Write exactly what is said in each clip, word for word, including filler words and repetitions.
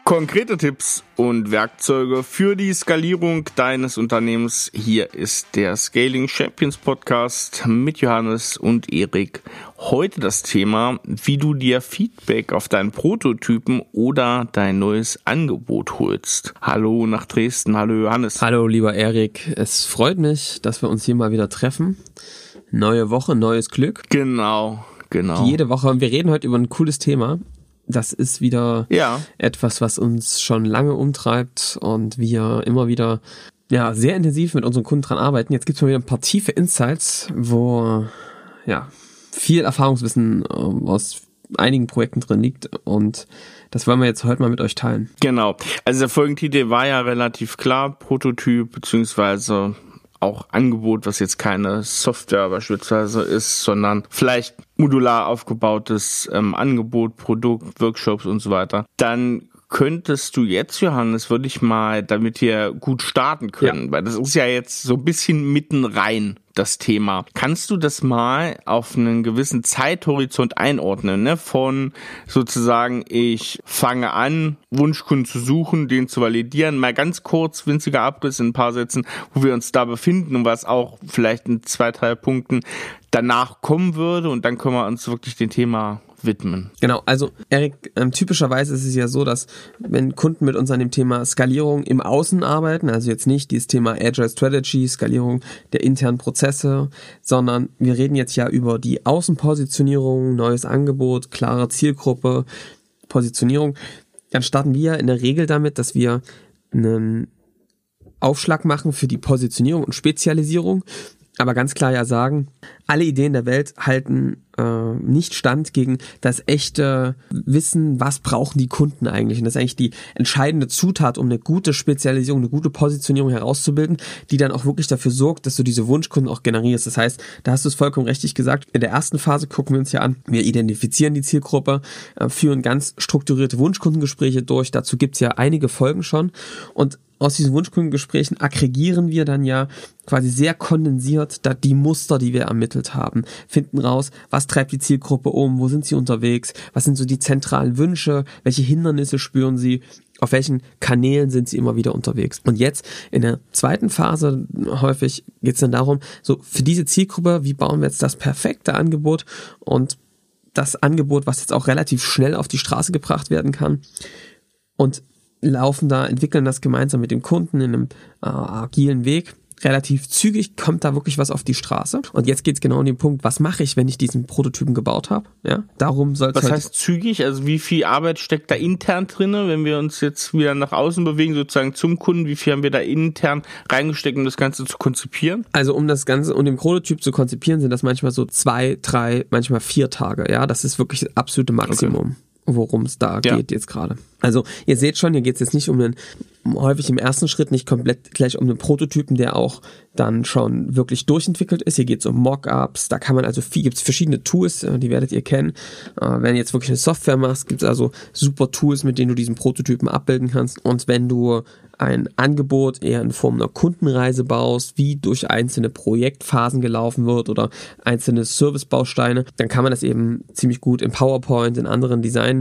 Konkrete Tipps und Werkzeuge für die Skalierung deines Unternehmens. Hier ist der Scaling Champions Podcast mit Johannes und Erik. Heute das Thema, wie du dir Feedback auf deinen Prototypen oder dein neues Angebot holst. Hallo nach Dresden, hallo Johannes. Hallo lieber Erik, es freut mich, dass wir uns hier mal wieder treffen. Neue Woche, neues Glück. Genau, genau. Jede Woche, und wir reden heute über ein cooles Thema. Das ist wieder ja. etwas, was uns schon lange umtreibt und wir immer wieder ja sehr intensiv mit unseren Kunden dran arbeiten. Jetzt gibt es mal wieder ein paar tiefe Insights, wo ja viel Erfahrungswissen aus einigen Projekten drin liegt, und das wollen wir jetzt heute mal mit euch teilen. Genau. Also der Folgentitel war ja relativ klar, Prototyp beziehungsweise auch Angebot, was jetzt keine Software beispielsweise ist, sondern vielleicht modular aufgebautes ähm, Angebot, Produkt, Workshops und so weiter. Dann könntest du jetzt, Johannes, würde ich mal, damit wir gut starten können, ja. weil das ist ja jetzt so ein bisschen mitten rein, das Thema. Kannst du das mal auf einen gewissen Zeithorizont einordnen, ne? Von sozusagen, ich fange an, Wunschkunden zu suchen, den zu validieren, mal ganz kurz, winziger Abriss in ein paar Sätzen, wo wir uns da befinden und was auch vielleicht in zwei, drei Punkten danach kommen würde, und dann können wir uns wirklich dem Thema widmen. Genau, also Erik, ähm, typischerweise ist es ja so, dass wenn Kunden mit uns an dem Thema Skalierung im Außen arbeiten, also jetzt nicht dieses Thema Agile Strategy, Skalierung der internen Prozesse, sondern wir reden jetzt ja über die Außenpositionierung, neues Angebot, klare Zielgruppe, Positionierung, dann starten wir in der Regel damit, dass wir einen Aufschlag machen für die Positionierung und Spezialisierung, aber ganz klar ja sagen, alle Ideen der Welt halten äh, nicht stand gegen das echte Wissen, was brauchen die Kunden eigentlich. Und das ist eigentlich die entscheidende Zutat, um eine gute Spezialisierung, eine gute Positionierung herauszubilden, die dann auch wirklich dafür sorgt, dass du diese Wunschkunden auch generierst. Das heißt, da hast du es vollkommen richtig gesagt, in der ersten Phase gucken wir uns ja an, wir identifizieren die Zielgruppe, äh, führen ganz strukturierte Wunschkundengespräche durch. Dazu gibt's ja einige Folgen schon, und aus diesen Wunschkundengesprächen aggregieren wir dann ja quasi sehr kondensiert da die Muster, die wir ermittelt haben, finden raus, was treibt die Zielgruppe um, wo sind sie unterwegs, was sind so die zentralen Wünsche, welche Hindernisse spüren sie, auf welchen Kanälen sind sie immer wieder unterwegs. Und jetzt in der zweiten Phase häufig geht es dann darum, so für diese Zielgruppe, wie bauen wir jetzt das perfekte Angebot und das Angebot, was jetzt auch relativ schnell auf die Straße gebracht werden kann, und laufen da, entwickeln das gemeinsam mit dem Kunden in einem äh, agilen Weg. Relativ zügig kommt da wirklich was auf die Straße. Und jetzt geht's genau an den Punkt, was mache ich, wenn ich diesen Prototypen gebaut habe? Ja, darum soll es Was heißt zügig? Also wie viel Arbeit steckt da intern drinne, wenn wir uns jetzt wieder nach außen bewegen, sozusagen zum Kunden? Wie viel haben wir da intern reingesteckt, um das Ganze zu konzipieren? Also um das Ganze, um den Prototyp zu konzipieren, sind das manchmal so zwei, drei, manchmal vier Tage. Ja, das ist wirklich das absolute Maximum. Okay. Worum es da ja. geht jetzt gerade. Also ihr seht schon, hier geht es jetzt nicht um einen, häufig im ersten Schritt nicht komplett gleich um einen Prototypen, der auch dann schon wirklich durchentwickelt ist. Hier geht es um Mockups, da kann man also viel, gibt es verschiedene Tools, die werdet ihr kennen. Wenn du jetzt wirklich eine Software machst, gibt es also super Tools, mit denen du diesen Prototypen abbilden kannst. Und wenn du ein Angebot eher in Form einer Kundenreise baust, wie durch einzelne Projektphasen gelaufen wird oder einzelne Servicebausteine, dann kann man das eben ziemlich gut in PowerPoint, in anderen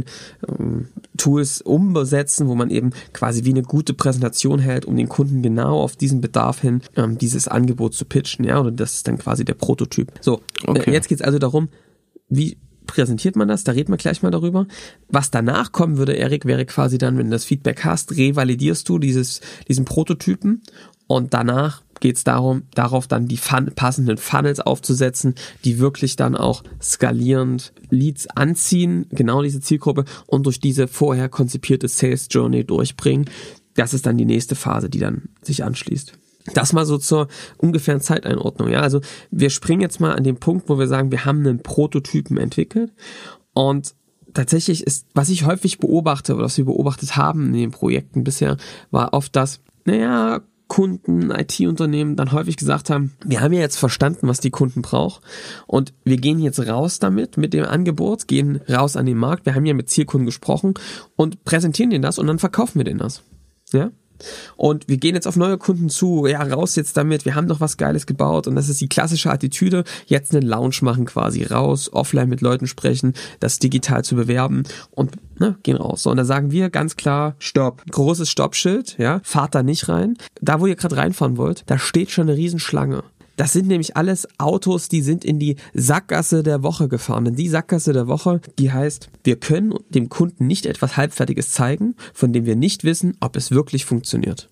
Design-Tools umsetzen, wo man eben quasi wie eine gute Präsentation hält, um den Kunden genau auf diesen Bedarf hin ähm, dieses Angebot zu pitchen, ja, oder das ist dann quasi der Prototyp. So, okay. Jetzt geht's also darum, wie präsentiert man das? Da reden wir gleich mal darüber. Was danach kommen würde, Erik, wäre quasi dann, wenn du das Feedback hast, revalidierst du dieses, diesen Prototypen, und danach geht es darum, darauf dann die fun- passenden Funnels aufzusetzen, die wirklich dann auch skalierend Leads anziehen, genau diese Zielgruppe, und durch diese vorher konzipierte Sales Journey durchbringen. Das ist dann die nächste Phase, die dann sich anschließt. Das mal so zur ungefähren Zeiteinordnung. Ja, also wir springen jetzt mal an den Punkt, wo wir sagen, wir haben einen Prototypen entwickelt, und tatsächlich ist, was ich häufig beobachte oder was wir beobachtet haben in den Projekten bisher, war oft, dass, naja, Kunden, I T-Unternehmen dann häufig gesagt haben, wir haben ja jetzt verstanden, was die Kunden brauchen, und wir gehen jetzt raus damit, mit dem Angebot, gehen raus an den Markt, wir haben ja mit Zielkunden gesprochen und präsentieren denen das, und dann verkaufen wir denen das. Ja? Und wir gehen jetzt auf neue Kunden zu, ja, raus jetzt damit, wir haben doch was Geiles gebaut und das ist die klassische Attitüde, jetzt einen Launch machen quasi, raus, offline mit Leuten sprechen, das digital zu bewerben und ne, gehen raus. So, und da sagen wir ganz klar, Stopp, großes Stoppschild, ja, fahrt da nicht rein. Da, wo ihr gerade reinfahren wollt, da steht schon eine Riesenschlange. Das sind nämlich alles Autos, die sind in die Sackgasse der Woche gefahren. Denn die Sackgasse der Woche, die heißt, wir können dem Kunden nicht etwas Halbfertiges zeigen, von dem wir nicht wissen, ob es wirklich funktioniert.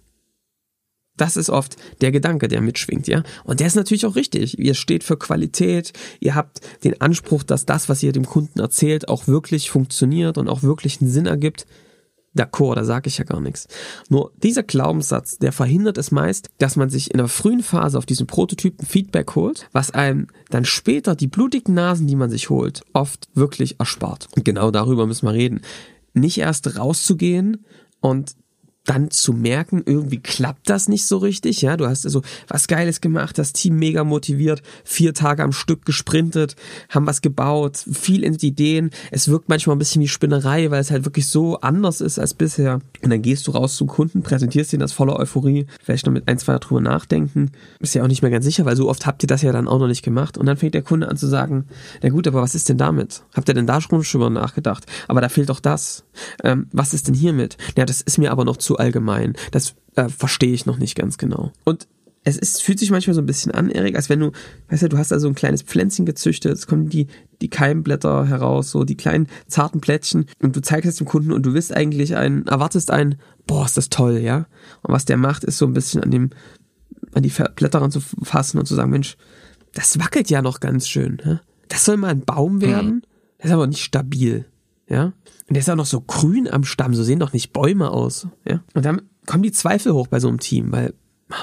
Das ist oft der Gedanke, der mitschwingt, ja. Und der ist natürlich auch richtig. Ihr steht für Qualität, ihr habt den Anspruch, dass das, was ihr dem Kunden erzählt, auch wirklich funktioniert und auch wirklich einen Sinn ergibt. D'accord, da sage ich ja gar nichts. Nur dieser Glaubenssatz, der verhindert es meist, dass man sich in der frühen Phase auf diesen Prototypen Feedback holt, was einem dann später die blutigen Nasen, die man sich holt, oft wirklich erspart. Und genau darüber müssen wir reden. Nicht erst rauszugehen und dann zu merken, irgendwie klappt das nicht so richtig, ja, du hast also was Geiles gemacht, das Team mega motiviert, vier Tage am Stück gesprintet, haben was gebaut, viel in die Ideen, es wirkt manchmal ein bisschen wie Spinnerei, weil es halt wirklich so anders ist als bisher und dann gehst du raus zum Kunden, präsentierst ihn das voller Euphorie, vielleicht noch mit ein, zwei drüber nachdenken, ist ja auch nicht mehr ganz sicher, weil so oft habt ihr das ja dann auch noch nicht gemacht und dann fängt der Kunde an zu sagen, na gut, aber was ist denn damit? Habt ihr denn da schon drüber nachgedacht? Aber da fehlt doch das. Ähm, was ist denn hiermit? Ja, das ist mir aber noch zu allgemein. Das äh, verstehe ich noch nicht ganz genau. Und es ist, fühlt sich manchmal so ein bisschen an, Erik, als wenn du, weißt du, du hast da so ein kleines Pflänzchen gezüchtet, es kommen die, die Keimblätter heraus, so die kleinen zarten Plättchen und du zeigst es dem Kunden und du willst eigentlich ein, erwartest ein, boah, ist das toll, ja? Und was der macht, ist so ein bisschen an dem, an die Blätter ranzufassen und zu sagen, Mensch, das wackelt ja noch ganz schön, ja? Das soll mal ein Baum werden, das ist aber nicht stabil, ja? Und der ist auch noch so grün am Stamm, so sehen doch nicht Bäume aus, ja? Und dann kommen die Zweifel hoch bei so einem Team, weil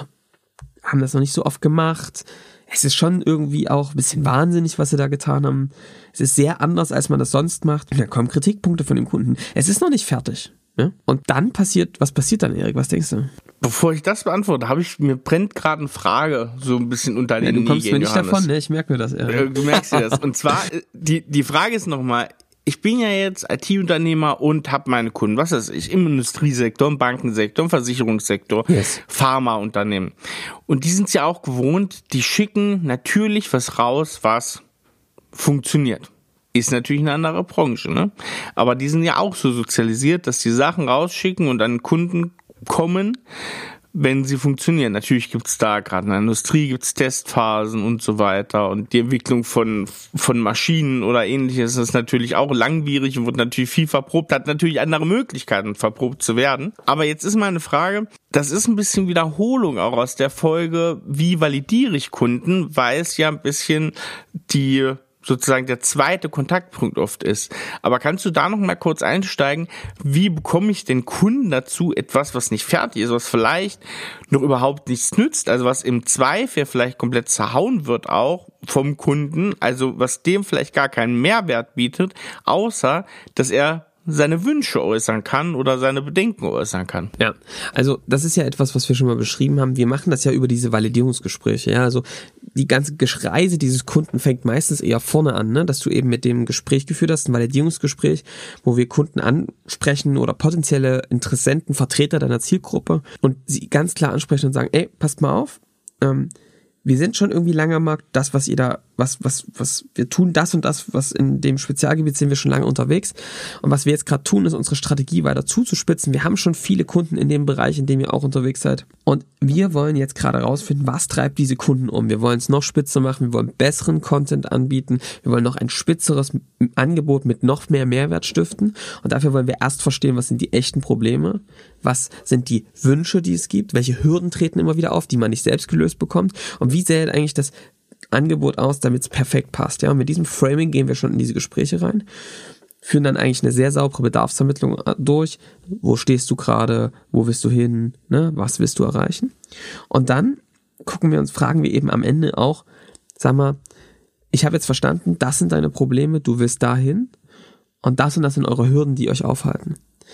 haben das noch nicht so oft gemacht. Es ist schon irgendwie auch ein bisschen wahnsinnig, was sie da getan haben. Es ist sehr anders, als man das sonst macht. Und da kommen Kritikpunkte von dem Kunden. Es ist noch nicht fertig. Ja? Und dann passiert, was passiert dann, Erik? Was denkst du? Bevor ich das beantworte, habe ich, mir brennt gerade eine Frage so ein bisschen unter den ja, Nägeln. Du kommst mir nicht Johannes. davon, ne? Ich merke mir das, Erik. Du merkst dir das. Und zwar, die, die Frage ist nochmal, ich bin ja jetzt I T-Unternehmer und habe meine Kunden, was weiß ich, im Industriesektor, im Bankensektor, im Versicherungssektor, yes. Pharmaunternehmen. Und die sind es ja auch gewohnt, die schicken natürlich was raus, was funktioniert. Ist natürlich eine andere Branche, ne? Aber die sind ja auch so sozialisiert, dass die Sachen rausschicken und an Kunden kommen, wenn sie funktionieren. Natürlich gibt's da gerade in der Industrie gibt's Testphasen und so weiter und die Entwicklung von von Maschinen oder ähnliches ist natürlich auch langwierig und wird natürlich viel verprobt, hat natürlich andere Möglichkeiten, verprobt zu werden. Aber jetzt ist meine Frage, das ist ein bisschen Wiederholung auch aus der Folge, wie validiere ich Kunden, weil es ja ein bisschen die sozusagen der zweite Kontaktpunkt oft ist. Aber kannst du da noch mal kurz einsteigen, wie bekomme ich den Kunden dazu, etwas, was nicht fertig ist, was vielleicht noch überhaupt nichts nützt, also was im Zweifel vielleicht komplett zerhauen wird auch vom Kunden, also was dem vielleicht gar keinen Mehrwert bietet, außer, dass er seine Wünsche äußern kann oder seine Bedenken äußern kann. Ja, also das ist ja etwas, was wir schon mal beschrieben haben. Wir machen das ja über diese Validierungsgespräche. Ja, also die ganze Reise dieses Kunden fängt meistens eher vorne an, ne? Dass du eben mit dem Gespräch geführt hast, ein Validierungsgespräch, wo wir Kunden ansprechen oder potenzielle Interessenten, Vertreter deiner Zielgruppe und sie ganz klar ansprechen und sagen, ey, passt mal auf, ähm, wir sind schon irgendwie lange am Markt, das, was ihr da, was, was, was, wir tun das und das, was in dem Spezialgebiet sind wir schon lange unterwegs. Und was wir jetzt gerade tun, ist unsere Strategie weiter zuzuspitzen. Wir haben schon viele Kunden in dem Bereich, in dem ihr auch unterwegs seid. Und wir wollen jetzt gerade rausfinden, was treibt diese Kunden um. Wir wollen es noch spitzer machen, wir wollen besseren Content anbieten, wir wollen noch ein spitzeres Angebot mit noch mehr Mehrwert stiften. Und dafür wollen wir erst verstehen, was sind die echten Probleme, was sind die Wünsche, die es gibt, welche Hürden treten immer wieder auf, die man nicht selbst gelöst bekommt und wie sähe eigentlich das Angebot aus, damit es perfekt passt. Ja, und mit diesem Framing gehen wir schon in diese Gespräche rein, führen dann eigentlich eine sehr saubere Bedarfsvermittlung durch. Wo stehst du gerade? Wo willst du hin? Ne? Was willst du erreichen? Und dann gucken wir uns, fragen wir eben am Ende auch, sag mal, ich habe jetzt verstanden, das sind deine Probleme, du willst dahin und das und das sind eure Hürden, die euch aufhalten.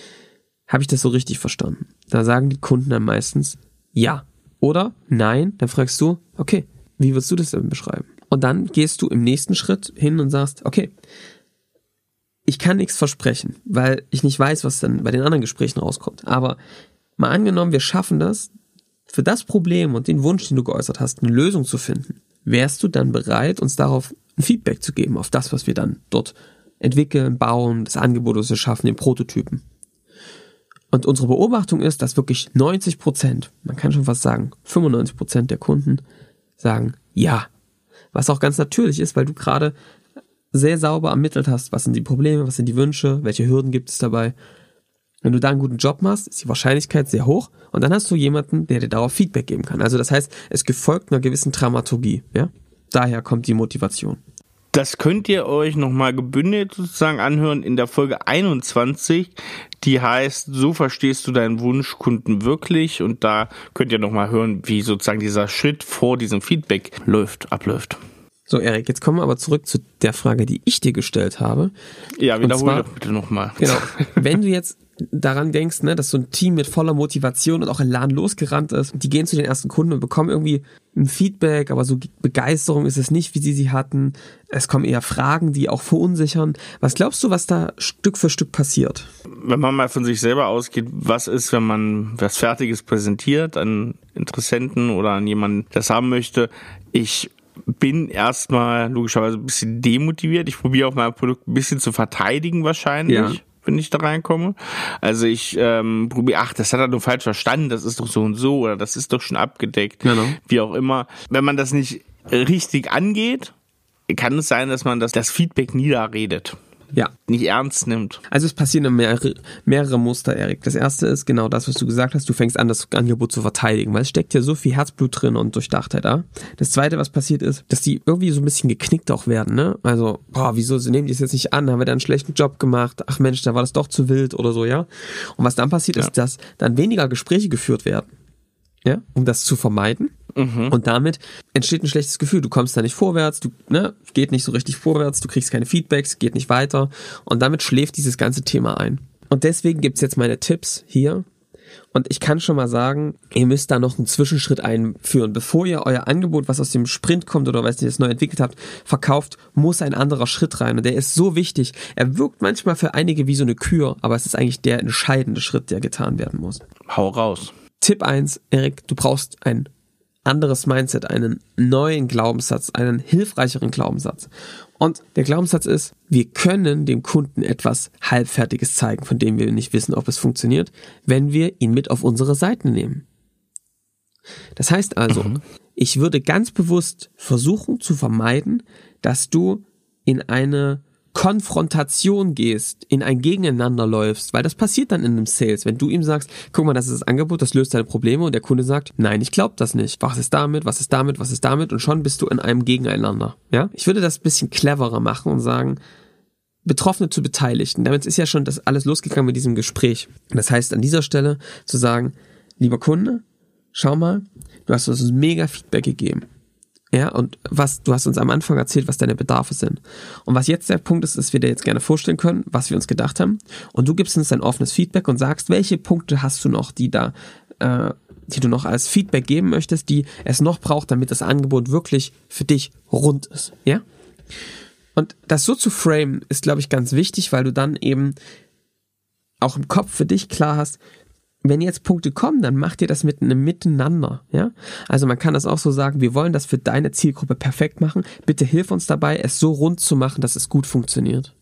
Habe ich das so richtig verstanden? Da sagen die Kunden dann meistens ja oder nein. Dann fragst du, okay, wie würdest du das denn beschreiben? Und dann gehst du im nächsten Schritt hin und sagst, okay, ich kann nichts versprechen, weil ich nicht weiß, was dann bei den anderen Gesprächen rauskommt. Aber Mal angenommen, wir schaffen das, für das Problem und den Wunsch, den du geäußert hast, eine Lösung zu finden. Wärst du dann bereit, uns darauf ein Feedback zu geben, auf das, was wir dann dort entwickeln, bauen, das Angebot, das wir schaffen, den Prototypen? Und unsere Beobachtung ist, dass wirklich neunzig Prozent, man kann schon fast sagen, fünfundneunzig Prozent der Kunden sagen ja. Was auch ganz natürlich ist, weil du gerade sehr sauber ermittelt hast, was sind die Probleme, was sind die Wünsche, welche Hürden gibt es dabei. Wenn du da einen guten Job machst, ist die Wahrscheinlichkeit sehr hoch und dann hast du jemanden, der dir darauf Feedback geben kann. Also das heißt, es gefolgt einer gewissen Dramaturgie. Ja? Daher kommt die Motivation. Das könnt ihr euch nochmal gebündelt sozusagen anhören in der Folge einundzwanzig, die heißt, so verstehst du deinen Wunschkunden wirklich, und da könnt ihr nochmal hören, wie sozusagen dieser Schritt vor diesem Feedback läuft, abläuft. So, Erik, jetzt kommen wir aber zurück zu der Frage, die ich dir gestellt habe. Ja, wiederhole doch bitte nochmal. Genau, wenn du jetzt daran denkst, ne, dass so ein Team mit voller Motivation und auch Elan losgerannt ist, die gehen zu den ersten Kunden und bekommen irgendwie ein Feedback, aber so Begeisterung ist es nicht, wie sie sie hatten. Es kommen eher Fragen, die auch verunsichern. Was glaubst du, was da Stück für Stück passiert? Wenn man mal von sich selber ausgeht, was ist, wenn man was Fertiges präsentiert an Interessenten oder an jemanden, der das haben möchte? Ich bin erstmal logischerweise ein bisschen demotiviert. Ich probiere auch mein Produkt ein bisschen zu verteidigen wahrscheinlich. Ja. Wenn ich da reinkomme. Also ich ähm, probiere, ach, das hat er nur falsch verstanden, das ist doch so und so oder das ist doch schon abgedeckt, genau. Wie auch immer. Wenn man das nicht richtig angeht, kann es sein, dass man das, das Feedback niederredet. Ja. Nicht ernst nimmt. Also es passieren mehrere, mehrere Muster, Erik. Das erste ist genau das, was du gesagt hast. Du fängst an, das Angebot zu verteidigen, weil es steckt ja so viel Herzblut drin und Durchdachtheit da. Das zweite, was passiert ist, dass die irgendwie so ein bisschen geknickt auch werden, ne? Also, boah, wieso nehmen die es jetzt nicht an? Haben wir da einen schlechten Job gemacht? Ach Mensch, da war das doch zu wild oder so, ja? Und was dann passiert, ja. ist, dass dann weniger Gespräche geführt werden. Ja, um das zu vermeiden. Mhm. Und damit entsteht ein schlechtes Gefühl. Du kommst da nicht vorwärts, du, ne, geht nicht so richtig vorwärts, du kriegst keine Feedbacks, geht nicht weiter. Und damit schläft dieses ganze Thema ein. Und deswegen gibt's jetzt meine Tipps hier. Und ich kann schon mal sagen, ihr müsst da noch einen Zwischenschritt einführen. Bevor ihr euer Angebot, was aus dem Sprint kommt oder was ihr jetzt neu entwickelt habt, verkauft, muss ein anderer Schritt rein. Und der ist so wichtig. Er wirkt manchmal für einige wie so eine Kür, aber es ist eigentlich der entscheidende Schritt, der getan werden muss. Hau raus. Tipp eins, Erik, du brauchst ein anderes Mindset, einen neuen Glaubenssatz, einen hilfreicheren Glaubenssatz. Und der Glaubenssatz ist, wir können dem Kunden etwas Halbfertiges zeigen, von dem wir nicht wissen, ob es funktioniert, wenn wir ihn mit auf unsere Seiten nehmen. Das heißt also, mhm. ich würde ganz bewusst versuchen zu vermeiden, dass du in eine Konfrontation gehst, in ein Gegeneinander läufst, weil das passiert dann in einem Sales, wenn du ihm sagst, guck mal, das ist das Angebot, das löst deine Probleme, und der Kunde sagt, nein, ich glaube das nicht, was ist damit, was ist damit, was ist damit, und schon bist du in einem Gegeneinander. Ja, ich würde das ein bisschen cleverer machen und sagen, Betroffene zu Beteiligten. Damit ist ja schon das alles losgegangen mit diesem Gespräch. Das heißt, an dieser Stelle zu sagen, lieber Kunde, schau mal, du hast uns mega Feedback gegeben. Ja, und was, du hast uns am Anfang erzählt, was deine Bedarfe sind. Und was jetzt der Punkt ist, ist, wir dir jetzt gerne vorstellen können, was wir uns gedacht haben. Und du gibst uns ein offenes Feedback und sagst, welche Punkte hast du noch, die da, äh, die du noch als Feedback geben möchtest, die es noch braucht, damit das Angebot wirklich für dich rund ist. Ja? Und das so zu framen, ist, glaube ich, ganz wichtig, weil du dann eben auch im Kopf für dich klar hast, wenn jetzt Punkte kommen, dann macht ihr das mit einem Miteinander, ja? Also man kann das auch so sagen, wir wollen das für deine Zielgruppe perfekt machen. Bitte hilf uns dabei, es so rund zu machen, dass es gut funktioniert.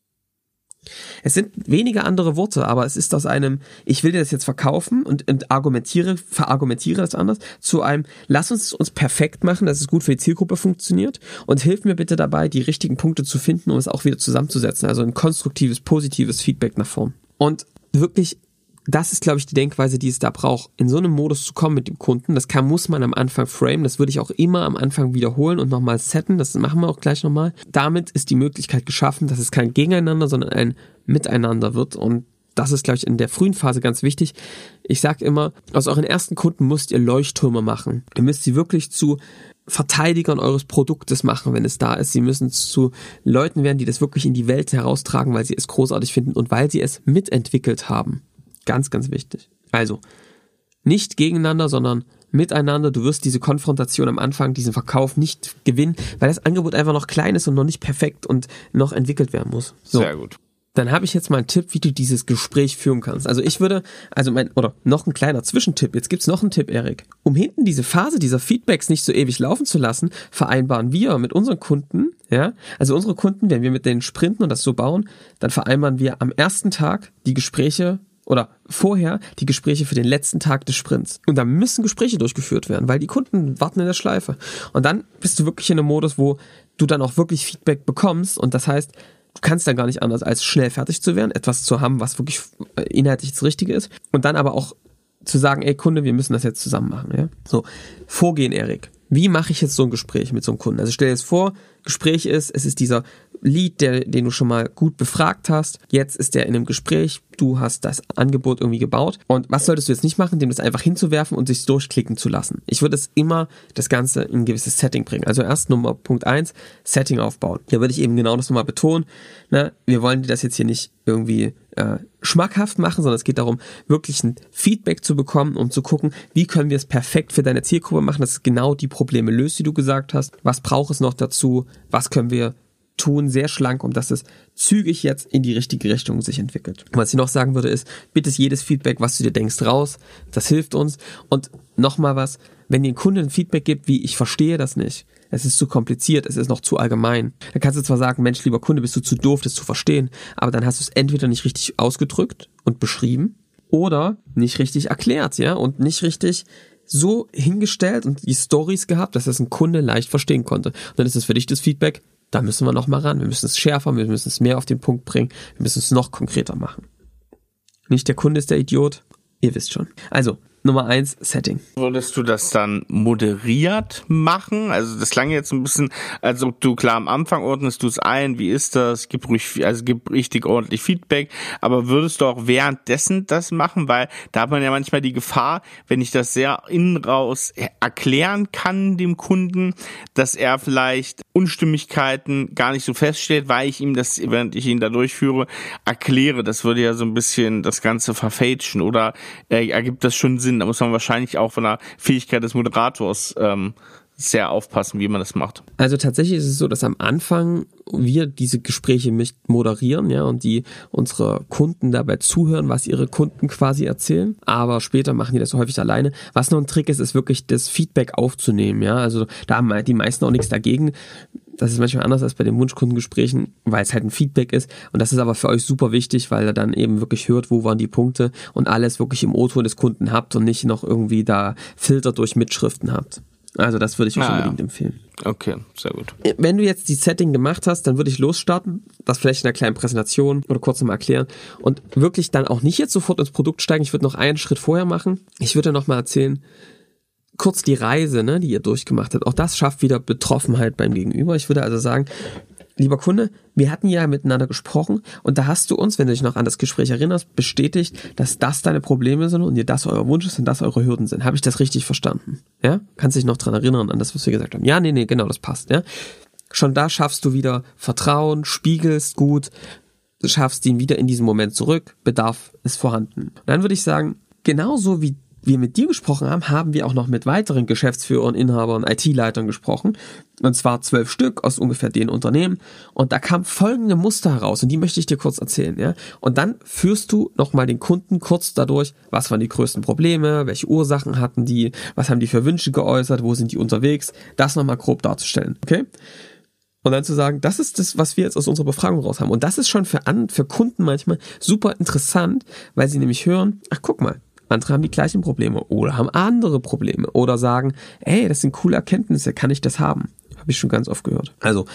Es sind weniger andere Worte, aber es ist aus einem, ich will dir das jetzt verkaufen und, und argumentiere, verargumentiere das anders, zu einem, lass uns uns perfekt machen, dass es gut für die Zielgruppe funktioniert, und hilf mir bitte dabei, die richtigen Punkte zu finden, um es auch wieder zusammenzusetzen. Also ein konstruktives, positives Feedback nach vorn. Und wirklich, das ist, glaube ich, die Denkweise, die es da braucht, in so einem Modus zu kommen mit dem Kunden. Das kann, muss man am Anfang framen, das würde ich auch immer am Anfang wiederholen und nochmal setten, das machen wir auch gleich nochmal. Damit ist die Möglichkeit geschaffen, dass es kein Gegeneinander, sondern ein Miteinander wird, und das ist, glaube ich, in der frühen Phase ganz wichtig. Ich sage immer, aus euren ersten Kunden müsst ihr Leuchttürme machen. Ihr müsst sie wirklich zu Verteidigern eures Produktes machen, wenn es da ist. Sie müssen zu Leuten werden, die das wirklich in die Welt heraustragen, weil sie es großartig finden und weil sie es mitentwickelt haben. Ganz, ganz wichtig. Also, nicht gegeneinander, sondern miteinander. Du wirst diese Konfrontation am Anfang, diesen Verkauf nicht gewinnen, weil das Angebot einfach noch klein ist und noch nicht perfekt und noch entwickelt werden muss. So. Sehr gut. dann habe ich jetzt mal einen Tipp, wie du dieses Gespräch führen kannst. Also ich würde, also mein, oder noch ein kleiner Zwischentipp, jetzt gibt's noch einen Tipp, Erik. Um hinten diese Phase dieser Feedbacks nicht so ewig laufen zu lassen, vereinbaren wir mit unseren Kunden, ja, also unsere Kunden, wenn wir mit denen sprinten und das so bauen, dann vereinbaren wir am ersten Tag die Gespräche oder vorher die Gespräche für den letzten Tag des Sprints. Und da müssen Gespräche durchgeführt werden, weil die Kunden warten in der Schleife. Und dann bist du wirklich in einem Modus, wo du dann auch wirklich Feedback bekommst und das heißt, du kannst dann gar nicht anders, als schnell fertig zu werden, etwas zu haben, was wirklich inhaltlich das Richtige ist. Und dann aber auch zu sagen, ey Kunde, wir müssen das jetzt zusammen machen. Ja? So, Vorgehen, Erik. Wie mache ich jetzt so ein Gespräch mit so einem Kunden? Also stell dir jetzt vor, Gespräch ist, es ist dieser Lead, der, den du schon mal gut befragt hast. Jetzt ist der in einem Gespräch, du hast das Angebot irgendwie gebaut. Und was solltest du jetzt nicht machen, dem das einfach hinzuwerfen und sich durchklicken zu lassen? Ich würde es immer das Ganze in ein gewisses Setting bringen. Also erst Nummer Punkt eins, Setting aufbauen. Hier würde ich eben genau das nochmal betonen. Ne? Wir wollen dir das jetzt hier nicht irgendwie äh, schmackhaft machen, sondern es geht darum, wirklich ein Feedback zu bekommen, um zu gucken, wie können wir es perfekt für deine Zielgruppe machen, dass es genau die Probleme löst, die du gesagt hast. Was braucht es noch dazu? Was können wir tun, sehr schlank, um dass es zügig jetzt in die richtige Richtung sich entwickelt. Und was ich noch sagen würde ist, bitte jedes Feedback, was du dir denkst, raus. Das hilft uns. Und nochmal was, wenn dir ein Kunde ein Feedback gibt, wie ich verstehe das nicht, es ist zu kompliziert, es ist noch zu allgemein, dann kannst du zwar sagen, Mensch, lieber Kunde, bist du zu doof, das zu verstehen, aber dann hast du es entweder nicht richtig ausgedrückt und beschrieben oder nicht richtig erklärt, ja, und nicht richtig so hingestellt und die Storys gehabt, dass es ein Kunde leicht verstehen konnte. Und dann ist es für dich das Feedback, da müssen wir noch mal ran. Wir müssen es schärfer, wir müssen es mehr auf den Punkt bringen, wir müssen es noch konkreter machen. Nicht der Kunde ist der Idiot, ihr wisst schon. Also, Nummer eins, Setting. Würdest du das dann moderiert machen? Also das klang jetzt ein bisschen, als ob du klar am Anfang ordnest du es ein, wie ist das, gib ruhig, also gib richtig ordentlich Feedback, aber würdest du auch währenddessen das machen? Weil da hat man ja manchmal die Gefahr, wenn ich das sehr innen raus erklären kann dem Kunden, dass er vielleicht Unstimmigkeiten gar nicht so feststellt, weil ich ihm das, während ich ihn da durchführe, erkläre. Das würde ja so ein bisschen das Ganze verfälschen oder äh, ergibt das schon Sinn? Da muss man wahrscheinlich auch von der Fähigkeit des Moderators ähm, sehr aufpassen, wie man das macht. Also tatsächlich ist es so, dass am Anfang wir diese Gespräche nicht moderieren, ja, und die unsere Kunden dabei zuhören, was ihre Kunden quasi erzählen. Aber später machen die das so häufig alleine. Was noch ein Trick ist, ist wirklich das Feedback aufzunehmen, ja. Also da haben die meisten auch nichts dagegen. Das ist manchmal anders als bei den Wunschkundengesprächen, weil es halt ein Feedback ist. Und das ist aber für euch super wichtig, weil ihr dann eben wirklich hört, wo waren die Punkte und alles wirklich im O-Ton des Kunden habt und nicht noch irgendwie da Filter durch Mitschriften habt. Also das würde ich euch ah, unbedingt ja. empfehlen. Okay, sehr gut. Wenn du jetzt die Setting gemacht hast, dann würde ich losstarten, das vielleicht in einer kleinen Präsentation oder kurz nochmal erklären und wirklich dann auch nicht jetzt sofort ins Produkt steigen. Ich würde noch einen Schritt vorher machen. Ich würde nochmal erzählen, kurz die Reise, ne, die ihr durchgemacht habt. Auch das schafft wieder Betroffenheit beim Gegenüber. Ich würde also sagen, lieber Kunde, wir hatten ja miteinander gesprochen und da hast du uns, wenn du dich noch an das Gespräch erinnerst, bestätigt, dass das deine Probleme sind und dir das euer Wunsch ist und das eure Hürden sind. Habe ich das richtig verstanden? Ja? Kannst dich noch dran erinnern an das, was wir gesagt haben? Ja, nee, nee, genau, das passt. Ja? Schon da schaffst du wieder Vertrauen, spiegelst gut, du schaffst ihn wieder in diesen Moment zurück, Bedarf ist vorhanden. Und dann würde ich sagen, genauso wie wir mit dir gesprochen haben, haben wir auch noch mit weiteren Geschäftsführern, Inhabern, I T-Leitern gesprochen. Und zwar zwölf Stück aus ungefähr den Unternehmen. Und da kam folgende Muster heraus und die möchte ich dir kurz erzählen. Ja? Und dann führst du nochmal den Kunden kurz dadurch, was waren die größten Probleme, welche Ursachen hatten die, was haben die für Wünsche geäußert, wo sind die unterwegs, das nochmal grob darzustellen. Okay? Und dann zu sagen, das ist das, was wir jetzt aus unserer Befragung raus haben. Und das ist schon für, an, für Kunden manchmal super interessant, weil sie nämlich hören, ach guck mal, andere haben die gleichen Probleme oder haben andere Probleme oder sagen, ey, das sind coole Erkenntnisse, kann ich das haben? Habe ich schon ganz oft gehört. Also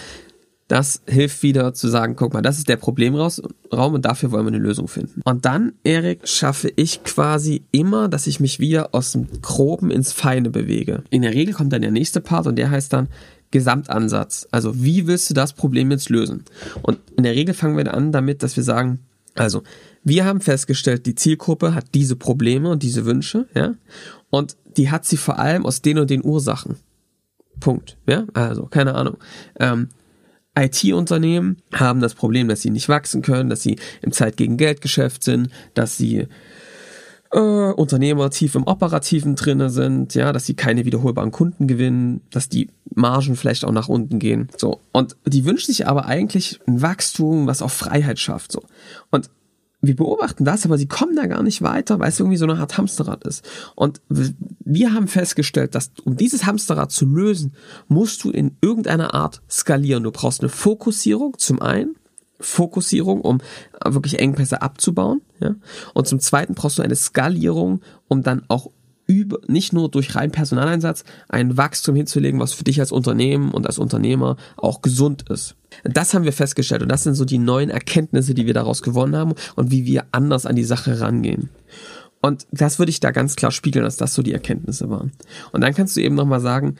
das hilft wieder zu sagen, guck mal, das ist der Problemraum und dafür wollen wir eine Lösung finden. Und dann, Erik, schaffe ich quasi immer, dass ich mich wieder aus dem Groben ins Feine bewege. In der Regel kommt dann der nächste Part und der heißt dann Gesamtansatz. Also wie willst du das Problem jetzt lösen? Und in der Regel fangen wir an damit, dass wir sagen, also wir haben festgestellt, die Zielgruppe hat diese Probleme und diese Wünsche, ja, und die hat sie vor allem aus den und den Ursachen. Punkt, ja, also keine Ahnung. Ähm, I T-Unternehmen haben das Problem, dass sie nicht wachsen können, dass sie im Zeit gegen Geldgeschäft sind, dass sie äh, Unternehmer tief im Operativen drinne sind, ja, dass sie keine wiederholbaren Kunden gewinnen, dass die Margen vielleicht auch nach unten gehen, so. Und die wünschen sich aber eigentlich ein Wachstum, was auch Freiheit schafft, so. Und wir beobachten das, aber sie kommen da gar nicht weiter, weil es irgendwie so eine Art Hamsterrad ist. Und wir haben festgestellt, dass um dieses Hamsterrad zu lösen, musst du in irgendeiner Art skalieren. Du brauchst eine Fokussierung zum einen, Fokussierung, um wirklich Engpässe abzubauen, ja. Und zum Zweiten brauchst du eine Skalierung, um dann auch über, nicht nur durch rein Personaleinsatz ein Wachstum hinzulegen, was für dich als Unternehmen und als Unternehmer auch gesund ist. Das haben wir festgestellt und das sind so die neuen Erkenntnisse, die wir daraus gewonnen haben und wie wir anders an die Sache rangehen. Und das würde ich da ganz klar spiegeln, dass das so die Erkenntnisse waren. Und dann kannst du eben nochmal sagen,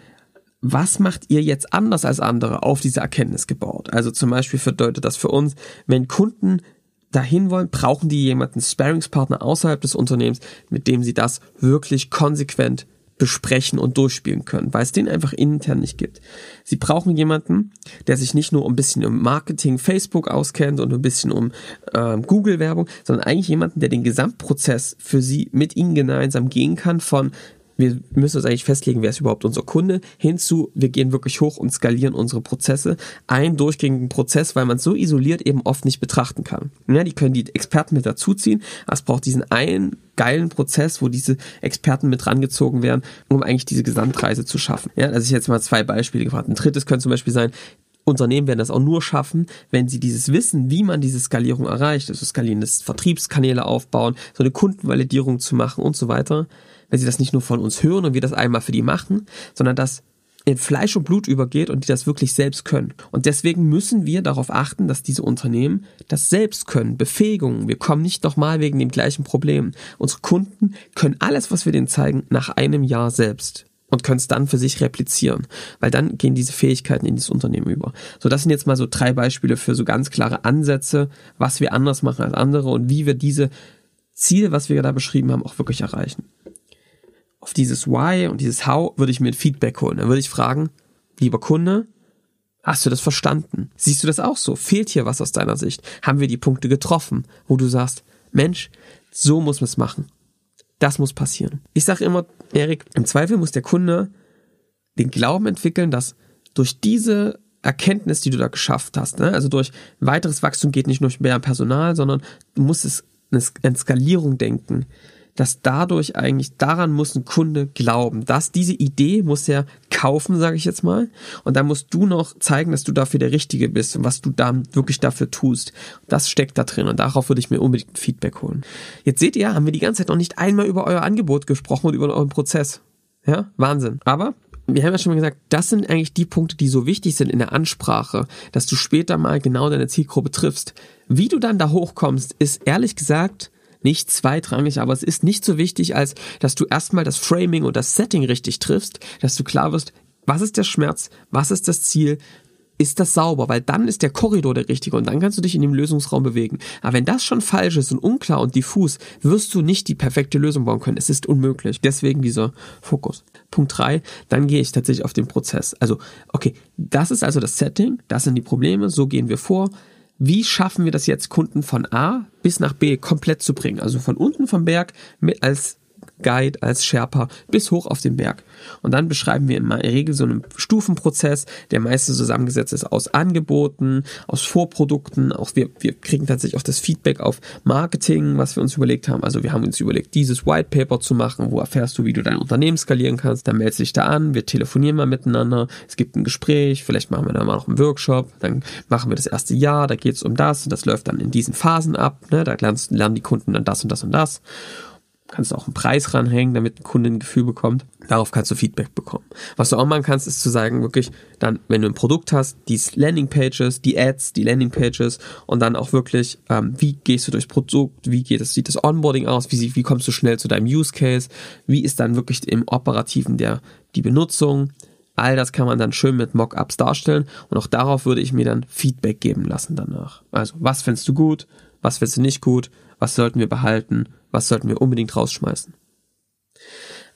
was macht ihr jetzt anders als andere auf diese Erkenntnis gebaut? Also zum Beispiel bedeutet das für uns, wenn Kunden dahin wollen, brauchen die jemanden, Sparringspartner außerhalb des Unternehmens, mit dem sie das wirklich konsequent besprechen und durchspielen können, weil es den einfach intern nicht gibt. Sie brauchen jemanden, der sich nicht nur ein bisschen um Marketing, Facebook auskennt und ein bisschen um äh, Google-Werbung, sondern eigentlich jemanden, der den Gesamtprozess für sie mit ihnen gemeinsam gehen kann von wir müssen uns eigentlich festlegen, wer ist überhaupt unser Kunde, hinzu, wir gehen wirklich hoch und skalieren unsere Prozesse. Einen durchgängigen Prozess, weil man es so isoliert eben oft nicht betrachten kann. Ja, die können die Experten mit dazuziehen, aber es braucht diesen einen geilen Prozess, wo diese Experten mit rangezogen werden, um eigentlich diese Gesamtreise zu schaffen. Ja, also ich jetzt mal zwei Beispiele gefragt. Ein drittes könnte zum Beispiel sein, Unternehmen werden das auch nur schaffen, wenn sie dieses Wissen, wie man diese Skalierung erreicht, also skalierende Vertriebskanäle aufbauen, so eine Kundenvalidierung zu machen und so weiter, wenn sie das nicht nur von uns hören und wir das einmal für die machen, sondern das in Fleisch und Blut übergeht und die das wirklich selbst können. Und deswegen müssen wir darauf achten, dass diese Unternehmen das selbst können. Befähigung. Wir kommen nicht nochmal wegen dem gleichen Problem. Unsere Kunden können alles, was wir denen zeigen, nach einem Jahr selbst und können es dann für sich replizieren, weil dann gehen diese Fähigkeiten in dieses Unternehmen über. So, das sind jetzt mal so drei Beispiele für so ganz klare Ansätze, was wir anders machen als andere und wie wir diese Ziele, was wir da beschrieben haben, auch wirklich erreichen. Auf dieses Why und dieses How würde ich mir ein Feedback holen. Dann würde ich fragen, lieber Kunde, hast du das verstanden? Siehst du das auch so? Fehlt hier was aus deiner Sicht? Haben wir die Punkte getroffen, wo du sagst, Mensch, so muss man es machen. Das muss passieren. Ich sage immer, Erik, im Zweifel muss der Kunde den Glauben entwickeln, dass durch diese Erkenntnis, die du da geschafft hast, ne, also durch weiteres Wachstum geht nicht nur mehr Personal, sondern du musst es an Skalierung denken, dass dadurch eigentlich, daran muss ein Kunde glauben, dass diese Idee muss er kaufen, sage ich jetzt mal, und dann musst du noch zeigen, dass du dafür der Richtige bist und was du dann wirklich dafür tust. Das steckt da drin und darauf würde ich mir unbedingt Feedback holen. Jetzt seht ihr, haben wir die ganze Zeit noch nicht einmal über euer Angebot gesprochen und über euren Prozess. Ja, Wahnsinn. Aber wir haben ja schon mal gesagt, das sind eigentlich die Punkte, die so wichtig sind in der Ansprache, dass du später mal genau deine Zielgruppe triffst. Wie du dann da hochkommst, ist ehrlich gesagt nicht zweitrangig, aber es ist nicht so wichtig, als dass du erstmal das Framing und das Setting richtig triffst, dass du klar wirst, was ist der Schmerz, was ist das Ziel, ist das sauber, weil dann ist der Korridor der richtige und dann kannst du dich in dem Lösungsraum bewegen. Aber wenn das schon falsch ist und unklar und diffus, wirst du nicht die perfekte Lösung bauen können. Es ist unmöglich. Deswegen dieser Fokus. Punkt drei, dann gehe ich tatsächlich auf den Prozess. Also, okay, das ist also das Setting, das sind die Probleme, so gehen wir vor. Wie schaffen wir das jetzt, Kunden von A bis nach B komplett zu bringen? Also von unten vom Berg mit als Guide, als Sherpa bis hoch auf den Berg. Und dann beschreiben wir in der Regel so einen Stufenprozess, der meistens zusammengesetzt ist aus Angeboten, aus Vorprodukten. Auch wir, wir kriegen tatsächlich auch das Feedback auf Marketing, was wir uns überlegt haben. Also wir haben uns überlegt, dieses White Paper zu machen, wo erfährst du, wie du dein Unternehmen skalieren kannst. Dann meldest du dich da an, wir telefonieren mal miteinander, es gibt ein Gespräch, vielleicht machen wir dann mal noch einen Workshop, dann machen wir das erste Jahr, da geht es um das und das läuft dann in diesen Phasen ab. Ne? Da lernst, lernen die Kunden dann das und das und das. Kannst du auch einen Preis ranhängen, damit ein Kunde ein Gefühl bekommt. Darauf kannst du Feedback bekommen. Was du auch machen kannst, ist zu sagen, wirklich dann, wenn du ein Produkt hast, die Landingpages, die Ads, die Landingpages und dann auch wirklich, ähm, wie gehst du durchs Produkt, wie geht es, sieht das Onboarding aus, wie, wie kommst du schnell zu deinem Use Case, wie ist dann wirklich im Operativen der die Benutzung. All das kann man dann schön mit Mockups darstellen und auch darauf würde ich mir dann Feedback geben lassen danach. Also, was findest du gut, was findest du nicht gut, was sollten wir behalten, was sollten wir unbedingt rausschmeißen.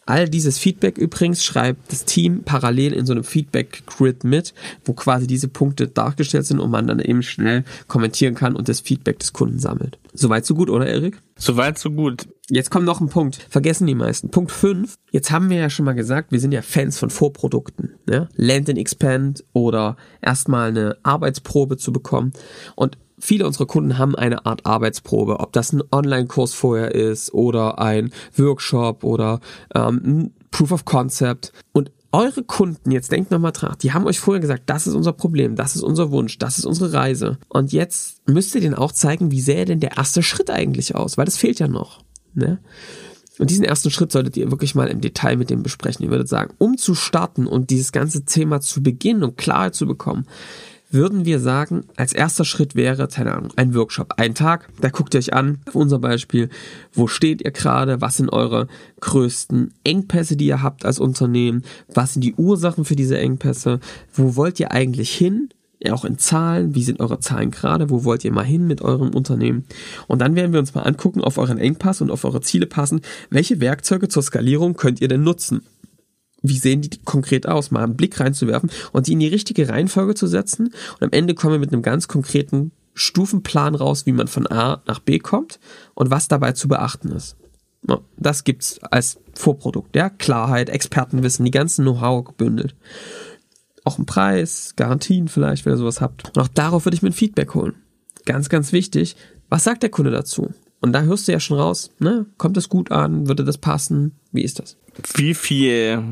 All dieses Feedback übrigens schreibt das Team parallel in so einem Feedback-Grid mit, wo quasi diese Punkte dargestellt sind und man dann eben schnell kommentieren kann und das Feedback des Kunden sammelt. Soweit so gut, oder Erik? Soweit so gut. Jetzt kommt noch ein Punkt. Vergessen die meisten. Punkt fünf. Jetzt haben wir ja schon mal gesagt, wir sind ja Fans von Vorprodukten. Ja? Land and Expand oder erstmal eine Arbeitsprobe zu bekommen. Und viele unserer Kunden haben eine Art Arbeitsprobe, ob das ein Online-Kurs vorher ist oder ein Workshop oder ähm, ein Proof of Concept. Und eure Kunden, jetzt denkt nochmal dran, die haben euch vorher gesagt, das ist unser Problem, das ist unser Wunsch, das ist unsere Reise. Und jetzt müsst ihr denen auch zeigen, wie sähe denn der erste Schritt eigentlich aus, weil das fehlt ja noch. Ne? Und diesen ersten Schritt solltet ihr wirklich mal im Detail mit dem besprechen. Ihr würdet sagen, um zu starten und dieses ganze Thema zu beginnen und Klarheit zu bekommen, würden wir sagen, als erster Schritt wäre, keine Ahnung, ein Workshop. Ein Tag, da guckt ihr euch an, auf unser Beispiel, wo steht ihr gerade, was sind eure größten Engpässe, die ihr habt als Unternehmen, was sind die Ursachen für diese Engpässe, wo wollt ihr eigentlich hin, auch in Zahlen, wie sind eure Zahlen gerade, wo wollt ihr mal hin mit eurem Unternehmen, und dann werden wir uns mal angucken, auf euren Engpass und auf eure Ziele passen, welche Werkzeuge zur Skalierung könnt ihr denn nutzen? Wie sehen die konkret aus? Mal einen Blick reinzuwerfen und die in die richtige Reihenfolge zu setzen. Und am Ende kommen wir mit einem ganz konkreten Stufenplan raus, wie man von A nach B kommt und was dabei zu beachten ist. Das gibt's als Vorprodukt. Ja? Klarheit, Expertenwissen, die ganzen Know-how gebündelt. Auch ein Preis, Garantien vielleicht, wenn ihr sowas habt. Und auch darauf würde ich mir ein Feedback holen. Ganz, ganz wichtig. Was sagt der Kunde dazu? Und da hörst du ja schon raus, ne? Kommt das gut an? Würde das passen? Wie ist das? Wie viel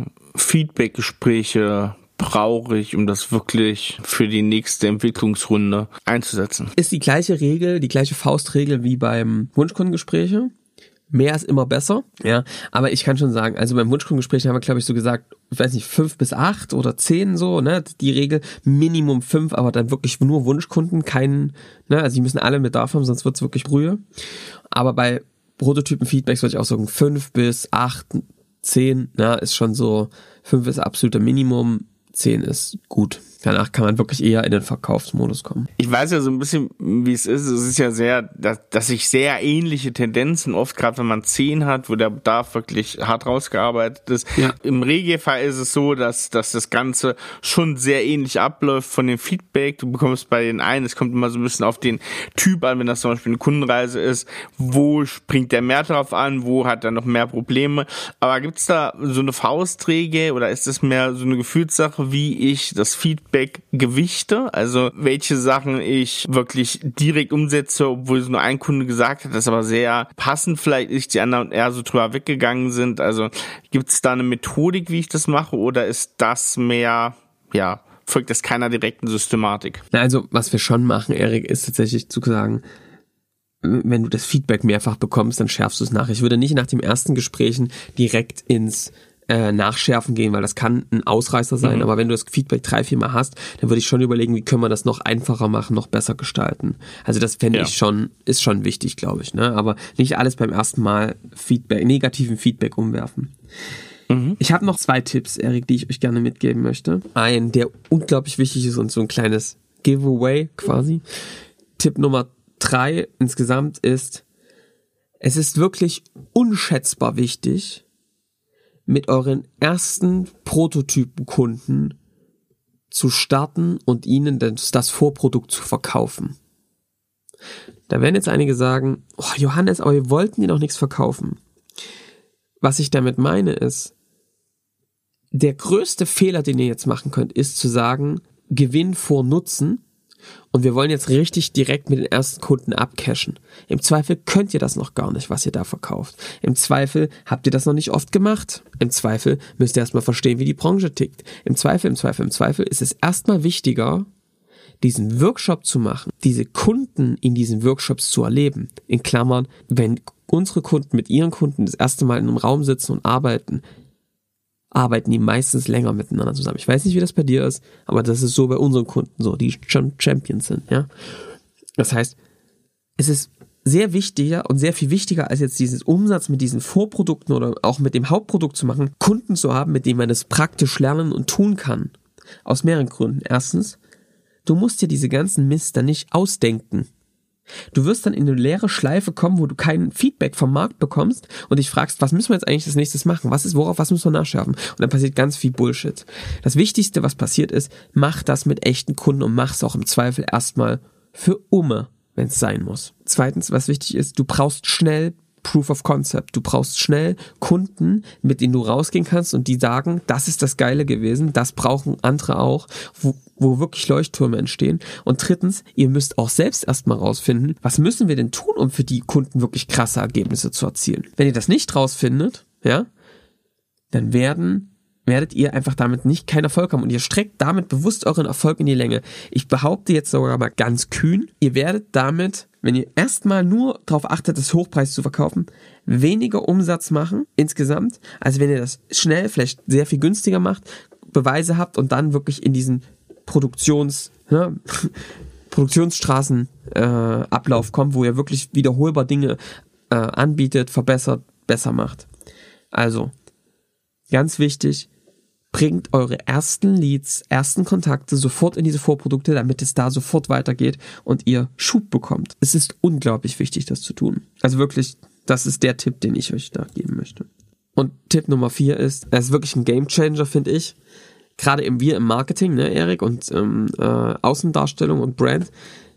Feedback-Gespräche brauche ich, um das wirklich für die nächste Entwicklungsrunde einzusetzen? Ist die gleiche Regel, die gleiche Faustregel wie beim Wunschkundengespräche. Mehr ist immer besser, ja. Aber ich kann schon sagen, also beim Wunschkundengespräch haben wir, glaube ich, so gesagt, ich weiß nicht, fünf bis acht oder zehn so, ne, die Regel, Minimum fünf, aber dann wirklich nur Wunschkunden, keinen, ne, also die müssen alle Bedarf haben, sonst wird's wirklich Brühe. Aber bei Prototypen-Feedbacks würde ich auch sagen, fünf bis acht, zehn, ne, ist schon so, fünf ist absoluter Minimum, zehn ist gut. Danach kann man wirklich eher in den Verkaufsmodus kommen. Ich weiß ja so ein bisschen, wie es ist. Es ist ja sehr, dass, dass sich sehr ähnliche Tendenzen, oft gerade wenn man zehn hat, wo der Bedarf wirklich hart rausgearbeitet ist. Ja. Im Regelfall ist es so, dass, dass das Ganze schon sehr ähnlich abläuft von dem Feedback. Du bekommst bei den einen, es kommt immer so ein bisschen auf den Typ an, wenn das zum Beispiel eine Kundenreise ist, wo springt der mehr drauf an, wo hat er noch mehr Probleme. Aber gibt's da so eine Faustregel oder ist es mehr so eine Gefühlssache, wie ich das Feedback Gewichte, also welche Sachen ich wirklich direkt umsetze, obwohl es nur ein Kunde gesagt hat, das aber sehr passend vielleicht ist, die anderen eher so drüber weggegangen sind. Also gibt es da eine Methodik, wie ich das mache, oder ist das mehr, ja, folgt das keiner direkten Systematik? Also was wir schon machen, Erik, ist tatsächlich zu sagen, wenn du das Feedback mehrfach bekommst, dann schärfst du es nach. Ich würde nicht nach dem ersten Gesprächen direkt ins Äh, nachschärfen gehen, weil das kann ein Ausreißer sein, mhm. aber wenn du das Feedback drei, vier Mal hast, dann würde ich schon überlegen, wie können wir das noch einfacher machen, noch besser gestalten. Also das fände ja. ich schon, ist schon wichtig, glaube ich, ne? Aber nicht alles beim ersten Mal Feedback, negativen Feedback umwerfen. Mhm. Ich habe noch zwei Tipps, Erik, die ich euch gerne mitgeben möchte. Ein, der unglaublich wichtig ist und so ein kleines Giveaway quasi. Tipp Nummer drei insgesamt ist, es ist wirklich unschätzbar wichtig, mit euren ersten Prototypenkunden zu starten und ihnen das, das Vorprodukt zu verkaufen. Da werden jetzt einige sagen, oh Johannes, aber wir wollten dir doch nichts verkaufen. Was ich damit meine ist, der größte Fehler, den ihr jetzt machen könnt, ist zu sagen, Gewinn vor Nutzen. Und wir wollen jetzt richtig direkt mit den ersten Kunden abcashen. Im Zweifel könnt ihr das noch gar nicht, was ihr da verkauft. Im Zweifel habt ihr das noch nicht oft gemacht. Im Zweifel müsst ihr erstmal verstehen, wie die Branche tickt. Im Zweifel, im Zweifel, im Zweifel ist es erstmal wichtiger, diesen Workshop zu machen, diese Kunden in diesen Workshops zu erleben. In Klammern, wenn unsere Kunden mit ihren Kunden das erste Mal in einem Raum sitzen und arbeiten, arbeiten die meistens länger miteinander zusammen. Ich weiß nicht, wie das bei dir ist, aber das ist so bei unseren Kunden so, die schon Champions sind, ja. Das heißt, es ist sehr wichtiger und sehr viel wichtiger, als jetzt diesen Umsatz mit diesen Vorprodukten oder auch mit dem Hauptprodukt zu machen, Kunden zu haben, mit denen man es praktisch lernen und tun kann. Aus mehreren Gründen. Erstens, du musst dir diese ganzen Mist dann nicht ausdenken. Du wirst dann in eine leere Schleife kommen, wo du kein Feedback vom Markt bekommst und dich fragst, was müssen wir jetzt eigentlich das nächstes machen? Was ist, worauf, was müssen wir nachschärfen? Und dann passiert ganz viel Bullshit. Das Wichtigste, was passiert ist, mach das mit echten Kunden und mach's auch im Zweifel erstmal für Umme, wenn es sein muss. Zweitens, was wichtig ist, du brauchst schnell Proof of Concept. Du brauchst schnell Kunden, mit denen du rausgehen kannst und die sagen, das ist das Geile gewesen, das brauchen andere auch, wo, wo wirklich Leuchttürme entstehen. Und drittens, ihr müsst auch selbst erstmal rausfinden, was müssen wir denn tun, um für die Kunden wirklich krasse Ergebnisse zu erzielen. Wenn ihr das nicht rausfindet, ja, dann werden werdet ihr einfach damit nicht keinen Erfolg haben und ihr streckt damit bewusst euren Erfolg in die Länge. Ich behaupte jetzt sogar mal ganz kühn, ihr werdet damit, wenn ihr erstmal nur darauf achtet, das Hochpreis zu verkaufen, weniger Umsatz machen insgesamt, als wenn ihr das schnell, vielleicht sehr viel günstiger macht, Beweise habt und dann wirklich in diesen Produktions, ja, Produktionsstraßen äh, Ablauf kommt, wo ihr wirklich wiederholbar Dinge äh, anbietet, verbessert, besser macht. Also, ganz wichtig, bringt eure ersten Leads, ersten Kontakte sofort in diese Vorprodukte, damit es da sofort weitergeht und ihr Schub bekommt. Es ist unglaublich wichtig, das zu tun. Also wirklich, das ist der Tipp, den ich euch da geben möchte. Und Tipp Nummer vier ist, er ist wirklich ein Gamechanger, finde ich. Gerade eben wir im Marketing, ne, Erik, und ähm, äh, Außendarstellung und Brand.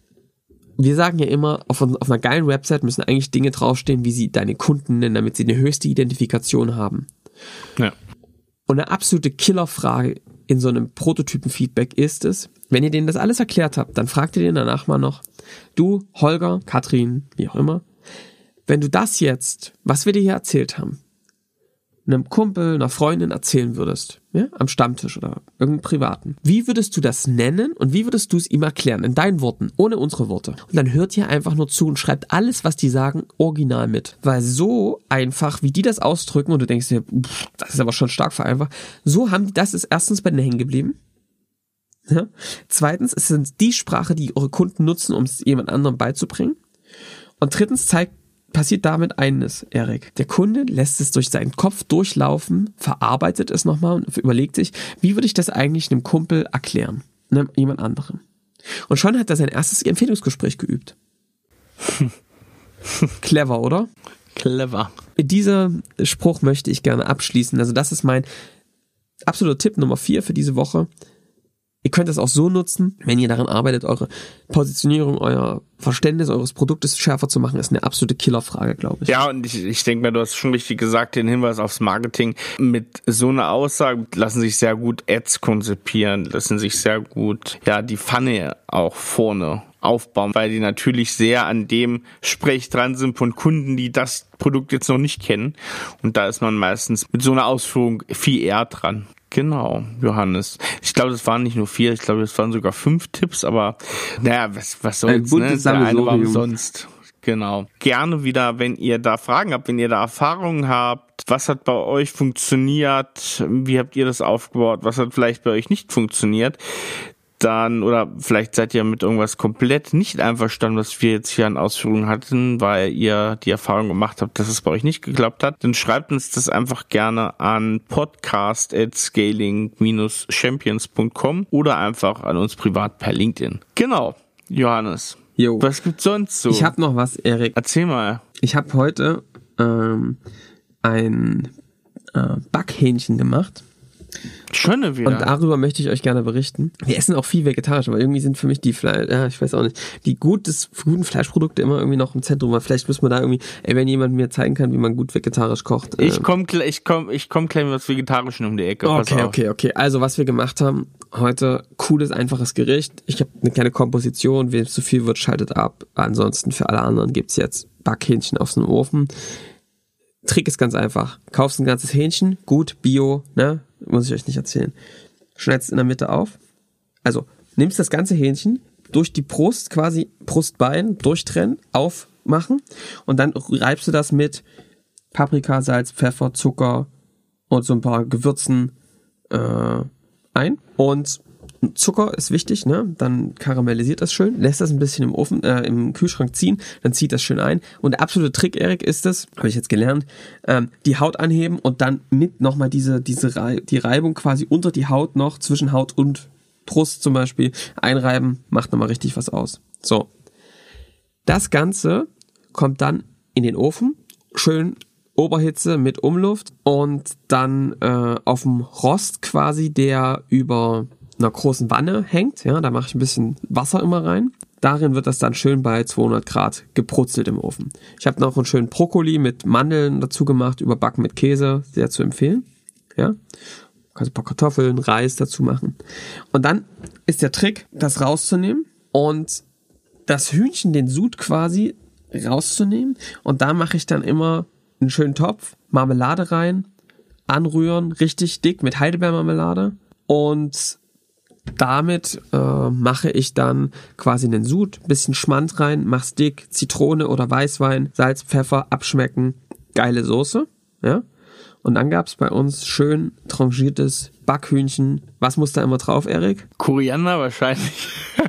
Wir sagen ja immer, auf, auf einer geilen Website müssen eigentlich Dinge draufstehen, wie sie deine Kunden nennen, damit sie eine höchste Identifikation haben. Ja. Und eine absolute Killerfrage in so einem Prototypen-Feedback ist es, wenn ihr denen das alles erklärt habt, dann fragt ihr den danach mal noch, du, Holger, Katrin, wie auch immer, wenn du das jetzt, was wir dir hier erzählt haben, einem Kumpel, einer Freundin erzählen würdest, ja, am Stammtisch oder irgendeinem Privaten, wie würdest du das nennen und wie würdest du es ihm erklären, in deinen Worten, ohne unsere Worte? Und dann hört ihr einfach nur zu und schreibt alles, was die sagen, original mit. Weil so einfach, wie die das ausdrücken und du denkst dir, pff, das ist aber schon stark vereinfacht, so haben die, das ist erstens bei denen hängen geblieben. Ja? Zweitens, es sind die Sprache, die eure Kunden nutzen, um es jemand anderem beizubringen. Und drittens zeigt passiert damit eines, Erik. Der Kunde lässt es durch seinen Kopf durchlaufen, verarbeitet es nochmal und überlegt sich, wie würde ich das eigentlich einem Kumpel erklären? Ne, jemand anderem. Und schon hat er sein erstes Empfehlungsgespräch geübt. Clever, oder? Clever. Mit diesem Spruch möchte ich gerne abschließen. Also das ist mein absoluter Tipp Nummer vier für diese Woche. Ihr könnt es auch so nutzen, wenn ihr daran arbeitet, eure Positionierung, euer Verständnis eures Produktes schärfer zu machen, ist eine absolute Killerfrage, glaube ich. Ja, und ich, ich denke mir, du hast schon richtig gesagt, den Hinweis aufs Marketing. Mit so einer Aussage lassen sich sehr gut Ads konzipieren, lassen sich sehr gut, ja, die Pfanne auch vorne aufbauen, weil die natürlich sehr an dem Sprech dran sind von Kunden, die das Produkt jetzt noch nicht kennen. Und da ist man meistens mit so einer Ausführung viel eher dran. Genau, Johannes. Ich glaube, das waren nicht nur vier, ich glaube, das waren sogar fünf Tipps, aber naja, was, was soll's, ne? Der eine war umsonst. Genau. Gerne wieder, wenn ihr da Fragen habt, wenn ihr da Erfahrungen habt, was hat bei euch funktioniert, wie habt ihr das aufgebaut, was hat vielleicht bei euch nicht funktioniert, dann, oder vielleicht seid ihr mit irgendwas komplett nicht einverstanden, was wir jetzt hier an Ausführungen hatten, weil ihr die Erfahrung gemacht habt, dass es bei euch nicht geklappt hat, dann schreibt uns das einfach gerne an podcast at scaling dash champions dot com oder einfach an uns privat per LinkedIn. Genau, Johannes. Jo. Was gibt's sonst so? Ich habe noch was, Erik. Erzähl mal. Ich habe heute ähm, ein äh, Backhähnchen gemacht. Schöne wieder. Und darüber möchte ich euch gerne berichten. Wir essen auch viel vegetarisch, aber irgendwie sind für mich die Fleisch, ja, ich weiß auch nicht, die gutes, guten Fleischprodukte immer irgendwie noch im Zentrum, weil vielleicht müssen wir da irgendwie, ey, wenn jemand mir zeigen kann, wie man gut vegetarisch kocht. Ich ähm, komm, ich komm, ich komm gleich mit was Vegetarischen um die Ecke. Okay, okay, okay. Also, was wir gemacht haben, heute cooles, einfaches Gericht. Ich habe eine kleine Komposition, wem es zu viel wird, schaltet ab. Ansonsten für alle anderen gibt's jetzt Backhähnchen aus dem Ofen. Trick ist ganz einfach. Kaufst ein ganzes Hähnchen, gut, bio, ne? Muss ich euch nicht erzählen. Schneidest in der Mitte auf. Also, nimmst das ganze Hähnchen durch die Brust, quasi Brustbein, durchtrennen, aufmachen und dann reibst du das mit Paprika, Salz, Pfeffer, Zucker und so ein paar Gewürzen äh, ein. Und Zucker ist wichtig, ne? Dann karamellisiert das schön, lässt das ein bisschen im Ofen, äh, im Kühlschrank ziehen, dann zieht das schön ein. Und der absolute Trick, Erik, ist es, habe ich jetzt gelernt, ähm, die Haut anheben und dann mit nochmal diese, diese Rei- die Reibung quasi unter die Haut noch, zwischen Haut und Brust zum Beispiel, einreiben, macht nochmal richtig was aus. So. Das Ganze kommt dann in den Ofen, schön Oberhitze mit Umluft und dann äh, auf dem Rost quasi, der über einer großen Wanne hängt. Ja, da mache ich ein bisschen Wasser immer rein. Darin wird das dann schön bei zweihundert Grad gebrutzelt im Ofen. Ich habe noch einen schönen Brokkoli mit Mandeln dazu gemacht, überbacken mit Käse, sehr zu empfehlen. Ja, kannst ein paar Kartoffeln, Reis dazu machen. Und dann ist der Trick, das rauszunehmen und das Hühnchen, den Sud quasi rauszunehmen. Und da mache ich dann immer einen schönen Topf, Marmelade rein, anrühren, richtig dick mit Heidelbeermarmelade. Und damit äh, mache ich dann quasi einen Sud, bisschen Schmand rein, mach's dick, Zitrone oder Weißwein, Salz, Pfeffer, abschmecken, geile Soße, ja. Und dann gab's bei uns schön tranchiertes Backhühnchen. Was muss da immer drauf, Erik? Koriander wahrscheinlich.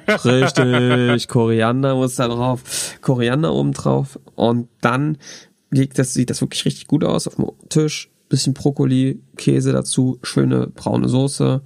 Richtig, Koriander muss da drauf. Koriander oben drauf. Und dann liegt das, sieht das wirklich richtig gut aus auf dem Tisch. Bisschen Brokkoli, Käse dazu, schöne braune Soße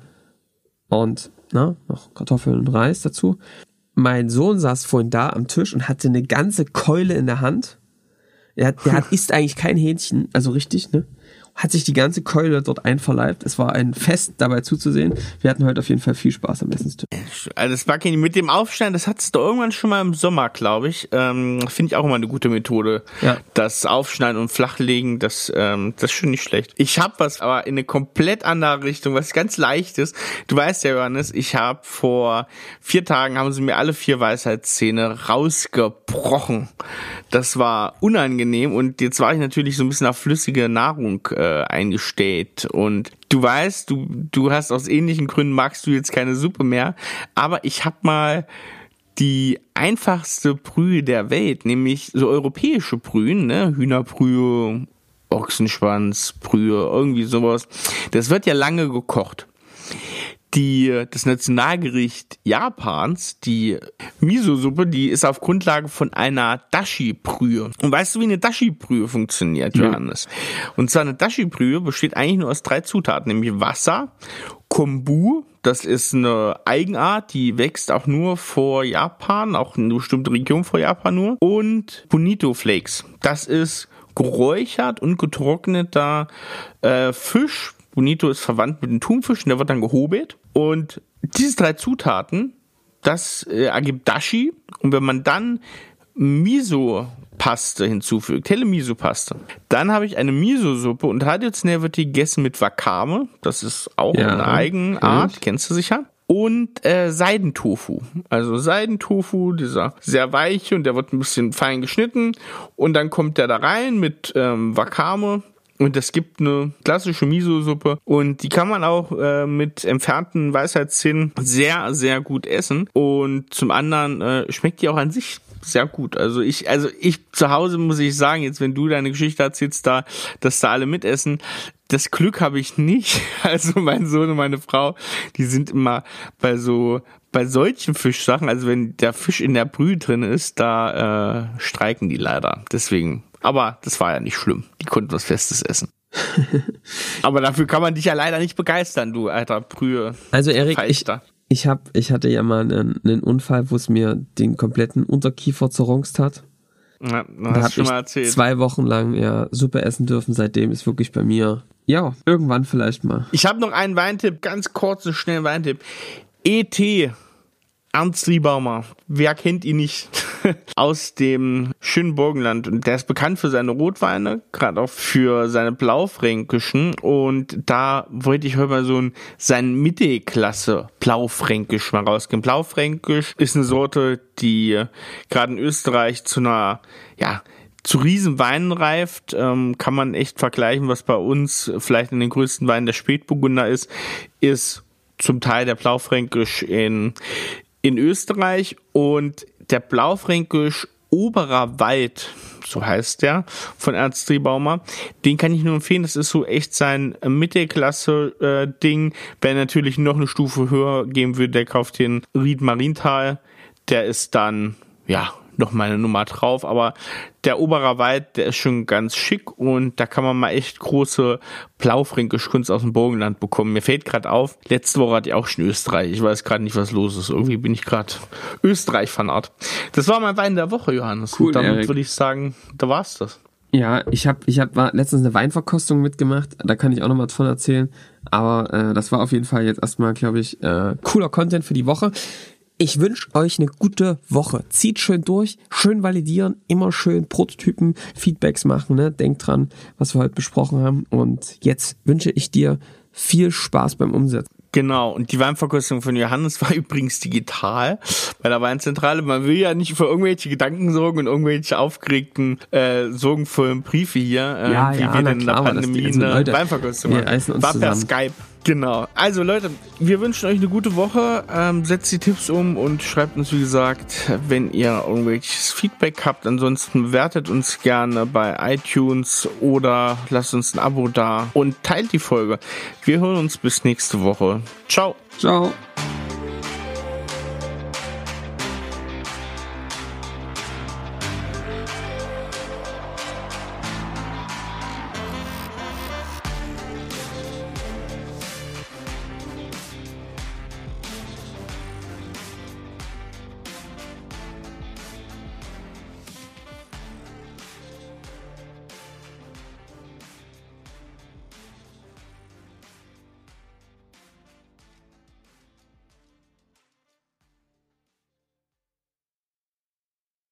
und na, noch Kartoffeln und Reis dazu. Mein Sohn saß vorhin da am Tisch und hatte eine ganze Keule in der Hand. Er hat, der hat, isst eigentlich kein Hähnchen, also richtig, ne? Hat sich die ganze Keule dort einverleibt. Es war ein Fest, dabei zuzusehen. Wir hatten heute auf jeden Fall viel Spaß am Essenstisch. Also das Backhähnchen mit dem Aufschneiden, das hattest du irgendwann schon mal im Sommer, glaube ich. Ähm, Finde ich auch immer eine gute Methode. Ja. Das Aufschneiden und Flachlegen, das, ähm, das ist schon nicht schlecht. Ich habe was, aber in eine komplett andere Richtung, was ganz Leichtes. Du weißt ja, Johannes, ich habe vor vier Tagen, haben sie mir alle vier Weisheitszähne rausgebrochen. Das war unangenehm und jetzt war ich natürlich so ein bisschen auf flüssige Nahrung äh, eingestellt und du weißt, du du hast aus ähnlichen Gründen magst du jetzt keine Suppe mehr, aber ich habe mal die einfachste Brühe der Welt, nämlich so europäische Brühen, ne, Hühnerbrühe, Ochsenschwanzbrühe, irgendwie sowas. Das wird ja lange gekocht. Die, das Nationalgericht Japans, die Miso-Suppe, die ist auf Grundlage von einer Dashi-Brühe. Und weißt du, wie eine Dashi-Brühe funktioniert, Johannes? Ja. Und zwar eine Dashi-Brühe besteht eigentlich nur aus drei Zutaten, nämlich Wasser, Kombu, das ist eine Eigenart, die wächst auch nur vor Japan, auch in einer bestimmten Region vor Japan nur, und Bonito Flakes. Das ist geräuchert und getrockneter äh, Fisch. Bonito ist verwandt mit dem Thunfisch und der wird dann gehobelt. Und diese drei Zutaten, das äh, ergibt Dashi. Und wenn man dann Miso-Paste hinzufügt, helle Miso-Paste, dann habe ich eine Miso-Suppe und traditionell wird die gegessen mit Wakame. Das ist auch ja, eine Eigenart, ja. Kennst du sicher. Und äh, Seidentofu. Also Seidentofu, dieser sehr weiche und der wird ein bisschen fein geschnitten. Und dann kommt der da rein mit ähm, Wakame. Und es gibt eine klassische Miso-Suppe und die kann man auch äh, mit entfernten Weisheitszähnen sehr, sehr gut essen. Und zum anderen äh, schmeckt die auch an sich sehr gut. Also ich, also ich zu Hause muss ich sagen, jetzt wenn du deine Geschichte erzählst, da, dass da alle mitessen, das Glück habe ich nicht. Also mein Sohn und meine Frau, die sind immer bei so bei solchen Fischsachen, also wenn der Fisch in der Brühe drin ist, da äh, streiken die leider. Deswegen. Aber das war ja nicht schlimm. Die konnten was Festes essen. Aber dafür kann man dich ja leider nicht begeistern, du alter Brühe. Also Erik, ich, ich, hab, ich hatte ja mal einen, einen Unfall, wo es mir den kompletten Unterkiefer zerrunzt hat. Ja, das hast du schon mal erzählt. Zwei Wochen lang ja Suppe essen dürfen. Seitdem ist wirklich bei mir, ja, irgendwann vielleicht mal. Ich habe noch einen Weintipp, ganz kurzen, schnellen Weintipp. E T Ernst Liebaumer, wer kennt ihn nicht, aus dem schönen Burgenland. Und der ist bekannt für seine Rotweine, gerade auch für seine Blaufränkischen. Und da wollte ich heute mal so ein sein Mittelklasse Blaufränkisch mal rausgehen. Blaufränkisch ist eine Sorte, die gerade in Österreich zu einer, ja, zu Riesenweinen reift, ähm, kann man echt vergleichen, was bei uns vielleicht in den größten Weinen der Spätburgunder ist, ist zum Teil der Blaufränkisch in in Österreich und der Blaufränkisch Oberer Wald, so heißt der, von Ernst Liebaumer, den kann ich nur empfehlen, das ist so echt sein Mittelklasse-Ding. Wer natürlich noch eine Stufe höher geben würde, der kauft den Ried Marienthal, der ist dann, ja, noch mal eine Nummer drauf, aber der Oberer-Wald, der ist schon ganz schick und da kann man mal echt große Blaufränkisch Kunst aus dem Burgenland bekommen. Mir fällt gerade auf, letzte Woche hatte ich auch schon Österreich. Ich weiß gerade nicht, was los ist. Irgendwie bin ich gerade Österreich-Fanat. Das war mein Wein der Woche, Johannes. Cool, und damit Erik. würde ich sagen, da war's das. Ja, ich habe ich hab war letztens eine Weinverkostung mitgemacht, da kann ich auch noch mal von erzählen, aber äh, das war auf jeden Fall jetzt erstmal, glaube ich, äh, cooler Content für die Woche. Ich wünsche euch eine gute Woche. Zieht schön durch, schön validieren, immer schön Prototypen, Feedbacks machen, ne? Denkt dran, was wir heute besprochen haben und jetzt wünsche ich dir viel Spaß beim Umsetzen. Genau, und die Weinverkostung von Johannes war übrigens digital bei der Weinzentrale. Man will ja nicht für irgendwelche Gedanken sorgen und irgendwelche aufgeregten, äh, sorgenvollen Briefe hier, äh, ja, wie ja, wir denn in der klar, Pandemie also, eine Leute, Weinverkostung wir machen. reißen uns War per zusammen. Skype. Genau. Also Leute, wir wünschen euch eine gute Woche. Ähm, setzt die Tipps um und schreibt uns, wie gesagt, wenn ihr irgendwelches Feedback habt. Ansonsten bewertet uns gerne bei iTunes oder lasst uns ein Abo da und teilt die Folge. Wir hören uns bis nächste Woche. Ciao. Ciao.